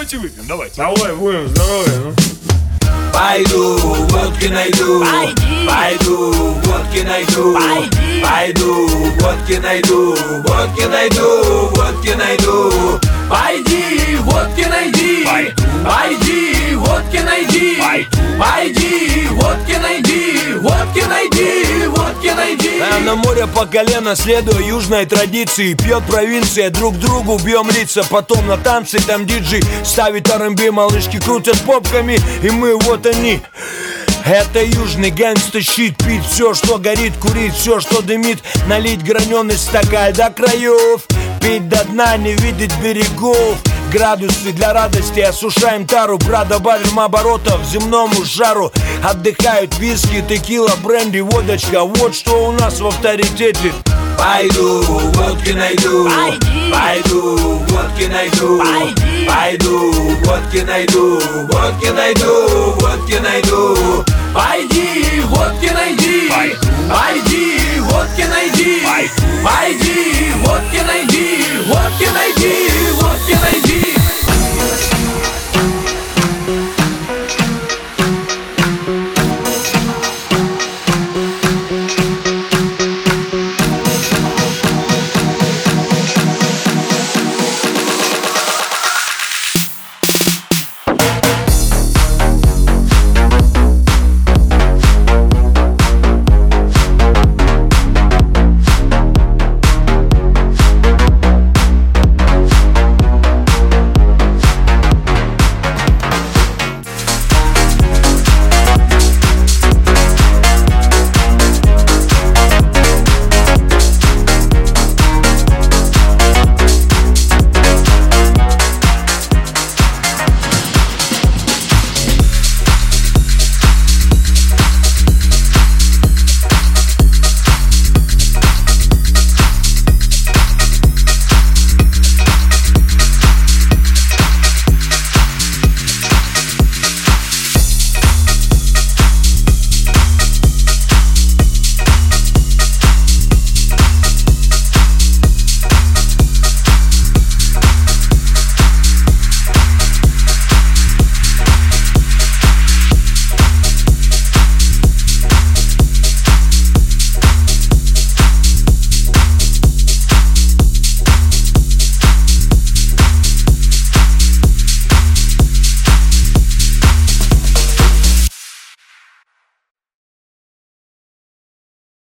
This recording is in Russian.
давайте выпьем, давайте. Давай, будем здоровья, ну. Пойду, водки найду. Пойду, водки найду. Пойду, водки найду. Водки найду, водки найду. Пойди, водки найди. Пойди, водки найди. Пойди, водки найди. Водки найди, водки найди. А на море по колено, следуя южной традиции. Пьет провинция, друг другу бьем лица. Потом на танцы, там диджей ставит R&B. Малышки крутят попками, и мы вот они. Это южный гэнгста-щит. Пить все, что горит, курить все, что дымит. Налить граненый стакан до краев. Пить до дна, не видеть берегов. Градусы для радости, осушаем тару. Брат, добавим оборотов земному жару. Отдыхают виски, текила, бренди, водочка. Вот что у нас в авторитете. Пойду, водки найду. Пойду, водки найду. Пойду, водки найду. Водки найду, водки найду. Пойди, водки найди. Пойди, водки найди. Пойди, водки найди. Водки найди.